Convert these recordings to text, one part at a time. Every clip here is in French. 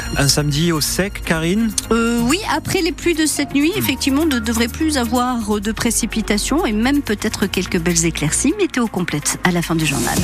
Un samedi au sec, Karine ? Oui, après les pluies de cette nuit, effectivement, on ne devrait plus avoir de précipitations et même peut-être quelques belles éclaircies. Météo complète à la fin du journal.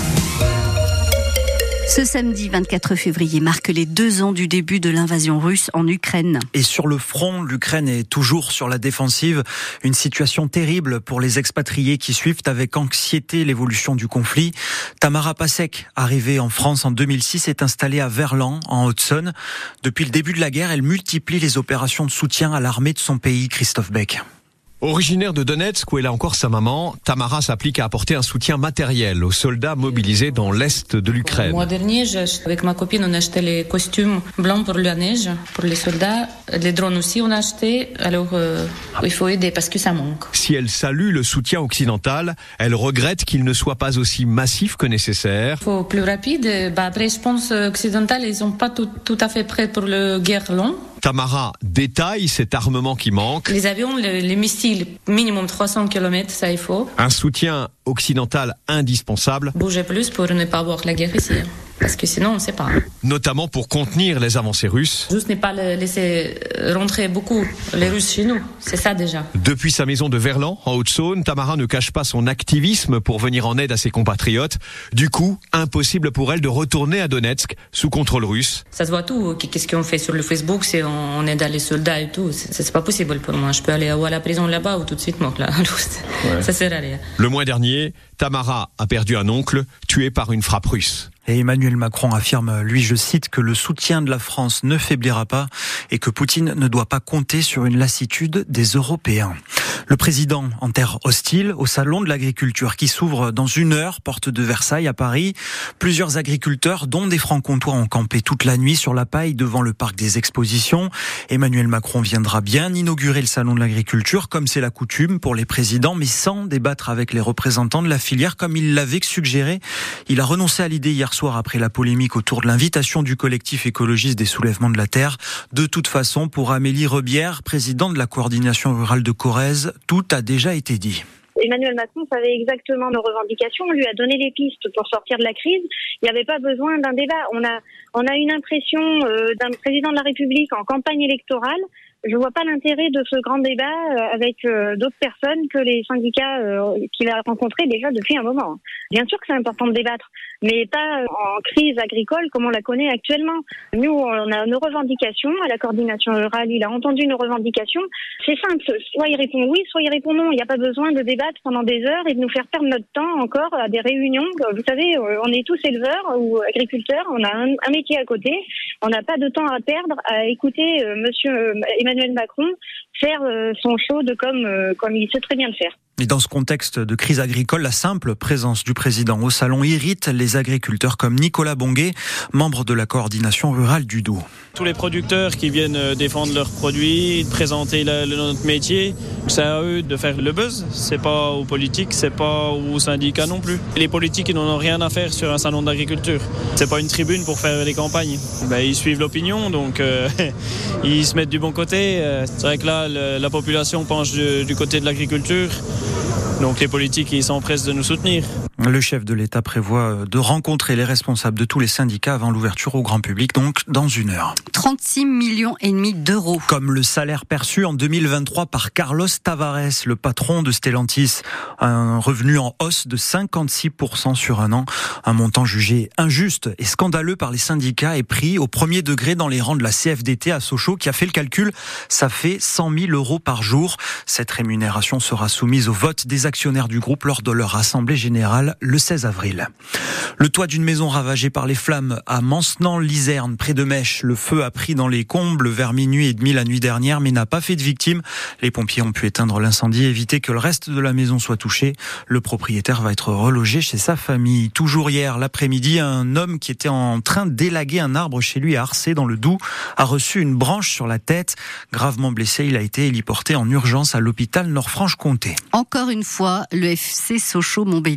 Ce samedi 24 février marque les 2 ans du début de l'invasion russe en Ukraine. Et sur le front, l'Ukraine est toujours sur la défensive. Une situation terrible pour les expatriés qui suivent avec anxiété l'évolution du conflit. Tamara Pasek, arrivée en France en 2006, est installée à Verlan, en Haute-Saône. Depuis le début de la guerre, elle multiplie les opérations de soutien à l'armée de son pays, Christophe Beck. Originaire de Donetsk, où elle a encore sa maman, Tamara s'applique à apporter un soutien matériel aux soldats mobilisés dans l'est de l'Ukraine. Le mois dernier, avec ma copine, on a acheté les costumes blancs pour la neige, pour les soldats. Les drones aussi, on a acheté. Alors, il faut aider parce que ça manque. Si elle salue le soutien occidental, elle regrette qu'il ne soit pas aussi massif que nécessaire. Il faut plus rapide. Après, je pense occidental, ils sont pas tout à fait prêts pour le guerre long. Tamara détaille cet armement qui manque. Les avions, les missiles, minimum 300 km, ça il faut. Un soutien occidental indispensable. Bouger plus pour ne pas avoir la guerre ici. Parce que sinon, on ne sait pas. Notamment pour contenir les avancées russes. Juste ne pas laisser rentrer beaucoup les Russes chez nous. C'est ça déjà. Depuis sa maison de Verlan, en Haute-Saône, Tamara ne cache pas son activisme pour venir en aide à ses compatriotes. Du coup, impossible pour elle de retourner à Donetsk, sous contrôle russe. Ça se voit tout. Qu'est-ce qu'on fait sur le Facebook, c'est on aide les soldats et tout. C'est pas possible pour moi. Je peux aller à la prison là-bas ou tout de suite mort là. Ouais. Ça sert à rien. Le mois dernier, Tamara a perdu un oncle, tué par une frappe russe. Et Emmanuel Macron affirme, lui, je cite, que le soutien de la France ne faiblira pas et que Poutine ne doit pas compter sur une lassitude des Européens. Le président en terre hostile au salon de l'agriculture qui s'ouvre dans 1 heure, porte de Versailles à Paris. Plusieurs agriculteurs, dont des francs-comtois, ont campé toute la nuit sur la paille devant le parc des expositions. Emmanuel Macron viendra bien inaugurer le salon de l'agriculture comme c'est la coutume pour les présidents, mais sans débattre avec les représentants de la filière comme il l'avait suggéré. Il a renoncé à l'idée hier soir après la polémique autour de l'invitation du collectif écologiste des soulèvements de la terre. De toute façon, pour Amélie Rebière, présidente de la coordination rurale de Corrèze, tout a déjà été dit. Emmanuel Macron savait exactement nos revendications, on lui a donné les pistes pour sortir de la crise. Il n'y avait pas besoin d'un débat. On a une impression d'un président de la République en campagne électorale. Je vois pas l'intérêt de ce grand débat avec d'autres personnes que les syndicats qu'il a rencontrés déjà depuis un moment. Bien sûr que c'est important de débattre, mais pas en crise agricole comme on la connaît actuellement. Nous, on a nos revendications à la coordination rurale. Il a entendu nos revendications. C'est simple. Soit il répond oui, soit il répond non. Il n'y a pas besoin de débattre pendant des heures et de nous faire perdre notre temps encore à des réunions. Vous savez, on est tous éleveurs ou agriculteurs. On a un métier à côté. On n'a pas de temps à perdre à écouter monsieur Emmanuel Macron faire son show de comme il sait très bien le faire. Et dans ce contexte de crise agricole, la simple présence du président au salon irrite les agriculteurs comme Nicolas Bonguet, membre de la coordination rurale du Doubs. Tous les producteurs qui viennent défendre leurs produits, présenter notre métier, c'est à eux de faire le buzz. C'est pas aux politiques, c'est pas aux syndicats non plus. Les politiques, ils n'en ont rien à faire sur un salon d'agriculture. C'est pas une tribune pour faire des campagnes. Ils suivent l'opinion, donc ils se mettent du bon côté. C'est vrai que là, la population penche du côté de l'agriculture. Donc les politiques, ils s'empressent de nous soutenir. Le chef de l'État prévoit de rencontrer les responsables de tous les syndicats avant l'ouverture au grand public, donc dans 1 heure. 36,5 millions d'euros. Comme le salaire perçu en 2023 par Carlos Tavares, le patron de Stellantis. Un revenu en hausse de 56% sur un an. Un montant jugé injuste et scandaleux par les syndicats et pris au premier degré dans les rangs de la CFDT à Sochaux qui a fait le calcul. Ça fait 100 000 euros par jour. Cette rémunération sera soumise au vote des actionnaires du groupe lors de leur assemblée générale le 16 avril. Le toit d'une maison ravagée par les flammes à Mancenans-Lizerne, près de Mèche. Le feu a pris dans les combles vers minuit et demi la nuit dernière, mais n'a pas fait de victimes. Les pompiers ont pu éteindre l'incendie et éviter que le reste de la maison soit touché. Le propriétaire va être relogé chez sa famille. Toujours hier, l'après-midi, un homme qui était en train d'élaguer un arbre chez lui à Arcé, dans le Doubs, a reçu une branche sur la tête. Gravement blessé, il a été héliporté en urgence à l'hôpital Nord-Franche-Comté. Encore une fois, le FC Sochaux-Montbéliard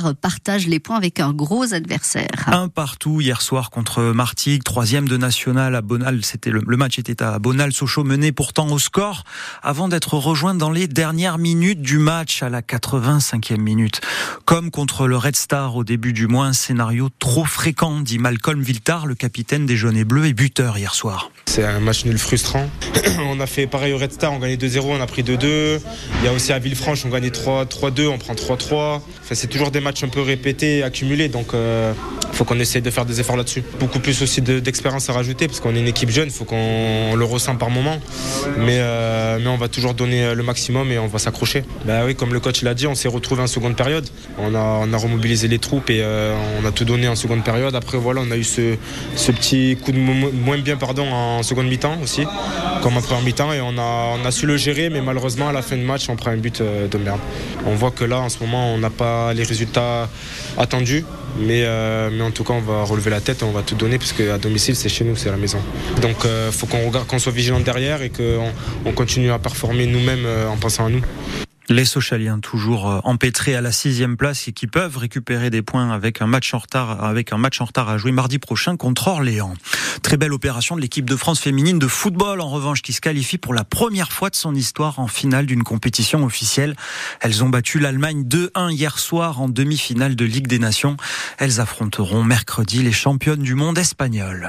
Sochaux-Mont-Béliard partage les points avec un gros adversaire. Un partout hier soir contre Martigues, 3e de national à Bonal. Le match était à Bonal. Sochaux menait pourtant au score avant d'être rejoint dans les dernières minutes du match à la 85e minute. Comme contre le Red Star au début du mois, un scénario trop fréquent, dit Malcolm Viltard, le capitaine des Jaunes et Bleus et buteur hier soir. C'est un match nul frustrant. On a fait pareil au Red Star, on gagnait 2-0, on a pris 2-2. Il y a aussi à Villefranche, on gagnait 3-2, on prend 3-3. Enfin, c'est toujours des matchs un peu répétés, accumulés, donc faut qu'on essaye de faire des efforts là-dessus. Beaucoup plus aussi d'expérience à rajouter, parce qu'on est une équipe jeune, il faut qu'on le ressent par moment. Mais on va toujours donner le maximum et on va s'accrocher. Oui, comme le coach l'a dit, on s'est retrouvé en seconde période. On a remobilisé les troupes et on a tout donné en seconde période. Après, voilà, on a eu ce petit coup de moins bien en seconde mi-temps aussi, comme en première mi-temps, et on a su le gérer, mais malheureusement à la fin du match on prend un but de merde. On voit que là en ce moment on n'a pas les résultats attendus, mais en tout cas on va relever la tête et on va tout donner, parce qu'à domicile c'est chez nous, c'est à la maison. Donc faut qu'on soit vigilant derrière et qu'on continue à performer nous-mêmes en pensant à nous. Les Sochaliens toujours empêtrés à la 6e place et qui peuvent récupérer des points avec un match en retard à jouer mardi prochain contre Orléans. Très belle opération de l'équipe de France féminine de football en revanche, qui se qualifie pour la première fois de son histoire en finale d'une compétition officielle. Elles ont battu l'Allemagne 2-1 hier soir en demi-finale de Ligue des Nations. Elles affronteront mercredi les championnes du monde espagnoles.